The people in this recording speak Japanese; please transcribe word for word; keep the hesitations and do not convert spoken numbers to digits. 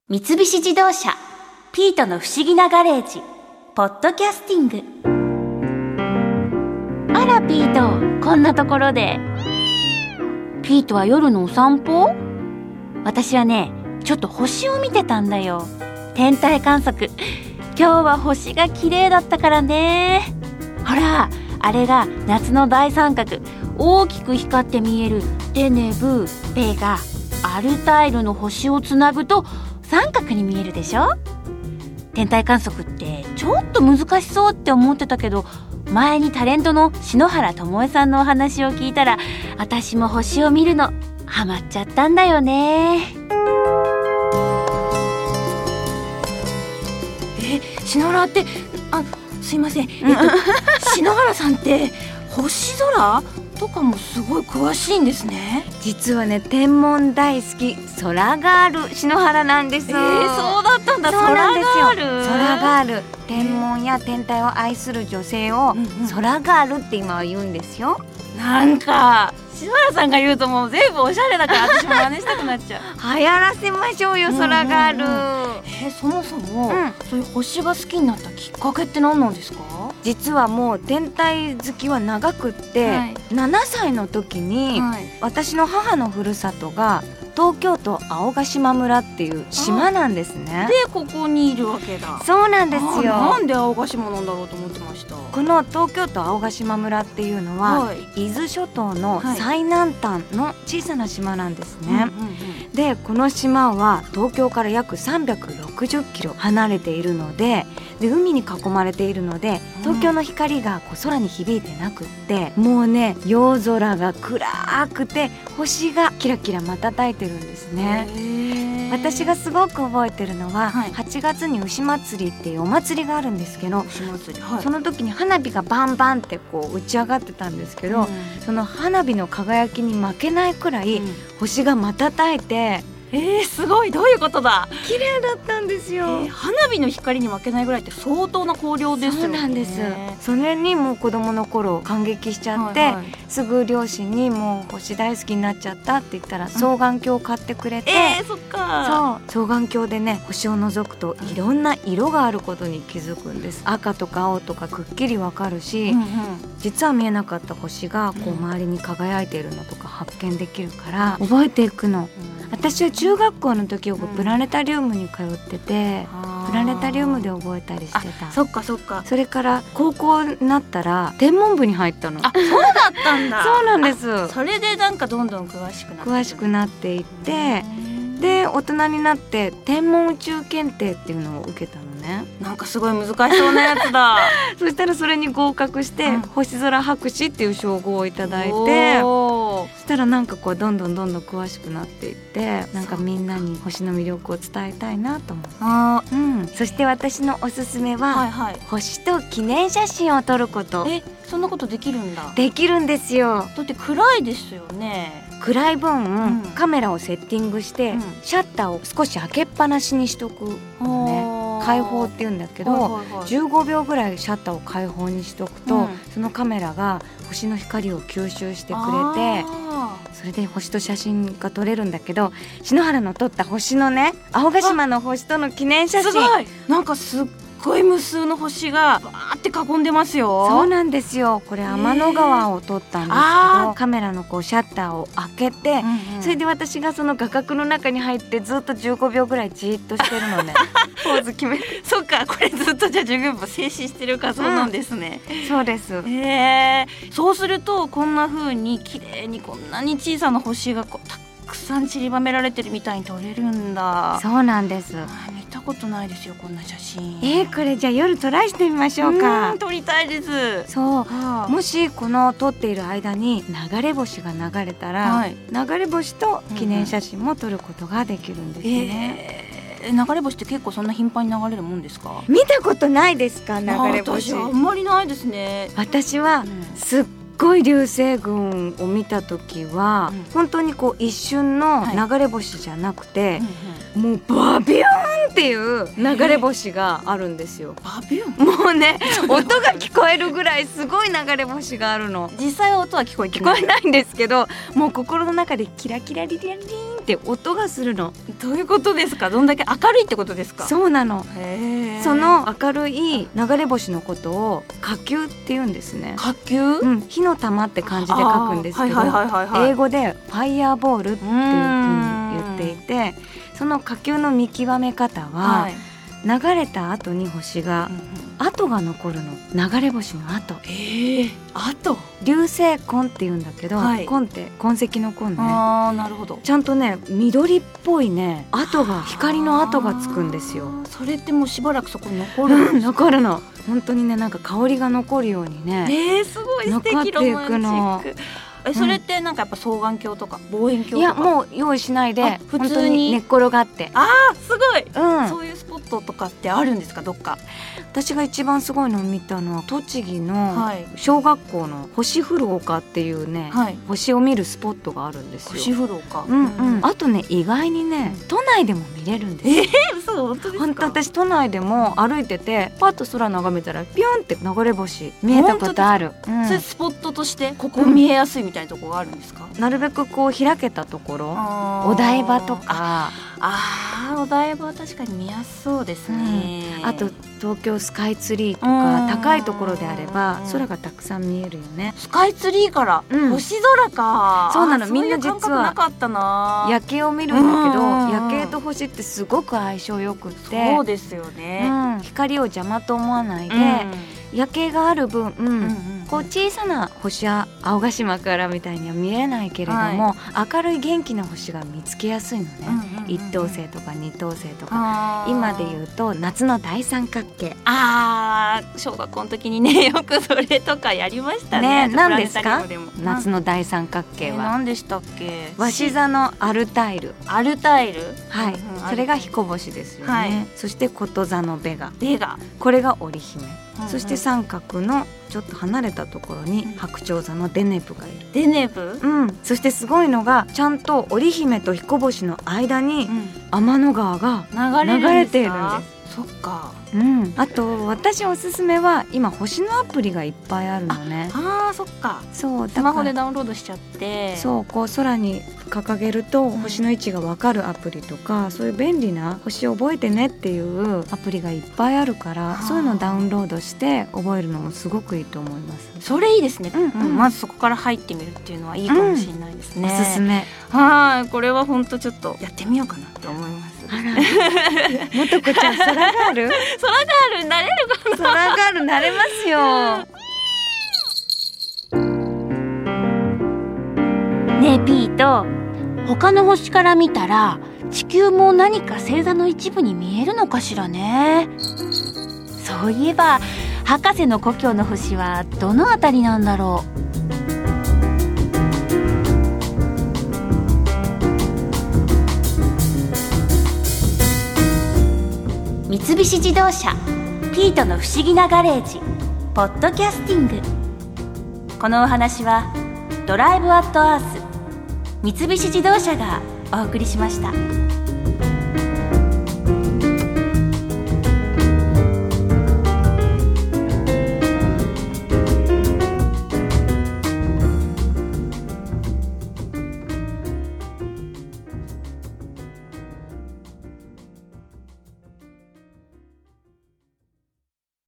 三菱自動車ピートの不思議なガレージポッドキャスティング。あらピート、こんなところで。ピートは夜のお散歩？私はね、ちょっと星を見てたんだよ。天体観測。今日は星が綺麗だったからね。ほら、あれが夏の大三角、大きく光って見えるデネブ、ベガ、アルタイルの星をつなぐと三角に見えるでしょ。天体観測ってちょっと難しそうって思ってたけど、前にタレントの篠原ともえさんのお話を聞いたら、私も星を見るのハマっちゃったんだよね。 え、篠原って、あ、すいません、えっと、篠原さんって星空とかもすごい詳しいんですね。 実はね、天文大好き空ガール篠原なんです。 えー、そうだったんだ。 そうなんですよ。 空ガール空ガール、天文や天体を愛する女性を空ガールって今は言うんですよ。 なんか篠原さんが言うともう全部おしゃれだから私も真似したくなっちゃう流行らせましょうよ、空ガール。 うんうんうん、えー、そもそも、 うん、 そういう星が好きになったきっかけって何なんですか？ 実はもう天体好きは長くって、はい、ななさいの時に、はい、私の母のふるさとが東京都青ヶ島村っていう島なんですね。 でここにいるわけだ。 そうなんですよ。 なんで青ヶ島なんだろうと思ってました。 この東京都青ヶ島村っていうのは、はい、伊豆諸島の最南端の小さな島なんですね、はい、うんうんうん、でこの島は東京から約さんびゃくろくじゅっキロ離れているので、で海に囲まれているので、東京の光がこう空に響いてなくって、うん、もうね、夜空が暗くて星がキラキラ瞬いてるんですね。私がすごく覚えてるのは、はい、はちがつに牛祭りっていうお祭りがあるんですけど、 牛祭り、はい、 その時に花火がバンバンってこう打ち上がってたんですけど、うん、その花火の輝きに負けないくらい星が瞬いて、 えー、すごい。どういうことだ。 綺麗だったんですよ、 えー、花火の光に負けないぐらいって相当な光量ですよね。 そうなんです。それにもう子供の頃感激しちゃって、はいはい、すぐ両親にもう星大好きになっちゃったって言ったら、双眼鏡を買ってくれて、 えー、そっか。 そう、双眼鏡でね、星を覗くといろんな色があることに気づくんです。赤とか青とかくっきりわかるし、うんうん、実は見えなかった星がこう周りに輝いているのとか発見できるから覚えていくの、うん、私は中学校の時よくプラネタリウムに通ってて、うん、プラネタリウムで覚えたりしてた。 そっかそっか。 それから高校になったら天文部に入ったの。 あ、そうだったんだそうなんです。 それでなんかどんどん詳しくなって詳しくなっていって、で大人になって天文宇宙検定っていうのを受けたのね。 なんかすごい難しそうなやつだそしたらそれに合格して、うん、星空博士っていう称号をいただいて、そしたらなんかこうどんどんどんどん詳しくなっていって、なんかみんなに星の魅力を伝えたいなと思って。あ、うん、そして私のおすすめは、はいはい、星と記念写真を撮ること。 え、そんなことできるんだ。 できるんですよ。 だって暗いですよね。 暗い分、うん、カメラをセッティングして、うん、シャッターを少し開けっぱなしにしとくのね。開放っていうんだけど、はいはいはい、じゅうごびょうぐらいシャッターを開放にしとくと、うん、そのカメラが星の光を吸収してくれて、それで星と写真が撮れるんだけど、篠原の撮った星のね、青ヶ島の星との記念写真、 すごい。なんかすっごい無数の星がバーって囲んでますよ。 そうなんですよ。これ天の川を撮ったんですけど、カメラのこうシャッターを開けて、うんうん、それで私がその画角の中に入ってずっとじゅうごびょうぐらいじーっとしてるのねポーズ決めてそっか、これずっとじゃあじゅうごびょう静止してる画像なんですね、 うん、そうです。 へー。そうするとこんな風に綺麗にこんなに小さな星がこうたくさん散りばめられてるみたいに撮れるんだ。 そうなんです。 見たことないですよ、こんな写真。 えー、これじゃあ夜トライしてみましょうか。 うん、撮りたいです。 そう、はあ、もしこの撮っている間に流れ星が流れたら、はい、流れ星と記念写真も撮ることができるんですね、 うん。えー、流れ星って結構そんな頻繁に流れるもんですか？ 見たことないですか？流れ星。 私あんまりないですね。 私はすっごい流星群を見た時は、うん、本当にこう一瞬の流れ星じゃなくて、はい、うんうん、もうバビューンっていう流れ星があるんですよ。 バビューン？ もうね音が聞こえるぐらいすごい流れ星があるの。 実際は音は聞こえてない聞こえないんですけど、もう心の中でキラキラリリラリンっって音がするの。 どういうことですか？どんだけ明るいってことですか？ そうなの。 へー。 その明るい流れ星のことを火球って言うんですね。 火球、 うん、火の玉って漢字で書くんですけど、 はいはいはいはいはい、 英語でファイヤーボールっていうふうに言っていて、その火球の見極め方は、はい、流れた後に星が、うんうん、跡が残るの。流れ星の跡。 えー、跡。流星痕って言うんだけど、はい、痕って痕跡の痕ね。 あー、なるほど。 ちゃんとね緑っぽいね跡が、光の跡がつくんですよ。 それってもうしばらくそこに残るの？ 残るの。本当にね、なんか香りが残るようにね、 えー、すごい素敵、 残っていくの。 え、それってなんかやっぱ双眼鏡とか望遠鏡とか？ いや、もう用意しないで普通に本当に寝っ転がって。 あー、すごい、 うん、 そういうスポットとかってあるんですか？どっか。 私が一番すごいのを見たのは栃木の小学校の星降る丘っていうね、はい、星を見るスポットがあるんですよ。 星降る丘、 うんうん、あとね意外にね都内でも見れるんですよ。 えー、そう本当ですか？ 本当、私都内でも歩いててパッと空眺めたらピュンって流れ星見えたことある。 うん、それスポットとしてここ見えやすいみたいなところがあるんですか？ なるべくこう開けたところ、お台場とか。 ああ、お台場は確かに見やすそうですね。 うん、あと東京スカイツリーとか高いところであれば空がたくさん見えるよね。 スカイツリーから、うん、星空か。 そうなの。みんな実はなかったな。 夜景を見るんだけど、夜景と星ってすごく相性よくって。 そうですよね、 うん、光を邪魔と思わないで、うん、夜景がある分、うんうんうん、こう小さな星は青ヶ島からみたいには見えないけれども、はい、明るい元気な星が見つけやすいのね。うんうんうんうん、一等星とか二等星とか、今で言うと夏の大三角形。 あー、小学校の時にねよくそれとかやりましたね。 ね、何ですか？夏の大三角形は、 えー、何でしたっけ？ 鷲座のアルタイル。 アルタイル、 はい、うん、それが彦星ですよね、はい、そしてこと座のベガ。 ベガ、 これが織姫、うんうん、そして三角のちょっと離れたところに白鳥座のデネブがいる。 デネブ、 うん、そしてすごいのがちゃんと織姫と彦星の間に天の川が流れているんです。 そっか。 うん、あと私おすすめは今星のアプリがいっぱいあるのね。 ああ、そっか。 そう、 スマホでダウンロードしちゃって、 そう、こう空に掲げると星の位置が分かるアプリとか、うん、そういう便利な星を覚えてねっていうアプリがいっぱいあるから、そういうのをダウンロードして覚えるのもすごくいいと思います。 それいいですね、うんうん、まずそこから入ってみるっていうのはいいかもしれないですね、 うん、おすすめ。 はい、これは本当ちょっとやってみようかなって思います。 あらもとこちゃん、空ガール空ガールになれるかな。 空ガールなれますよ。 ねえピート、他の星から見たら地球も何か星座の一部に見えるのかしらね。そういえば博士の故郷の星はどのあたりなんだろう。三菱自動車ピートの不思議なガレージポッドキャスティング。このお話はドライブアットアース三菱自動車がお送りしました。